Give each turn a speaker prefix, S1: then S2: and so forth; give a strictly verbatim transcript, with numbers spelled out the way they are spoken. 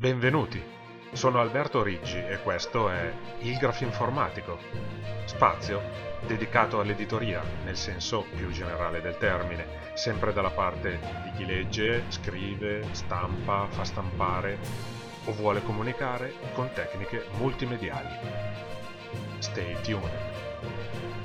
S1: Benvenuti, sono Alberto Riggi e questo è Il Grafinformatico, spazio dedicato all'editoria nel senso più generale del termine, sempre dalla parte di chi legge, scrive, stampa, fa stampare o vuole comunicare con tecniche multimediali. Stay tuned.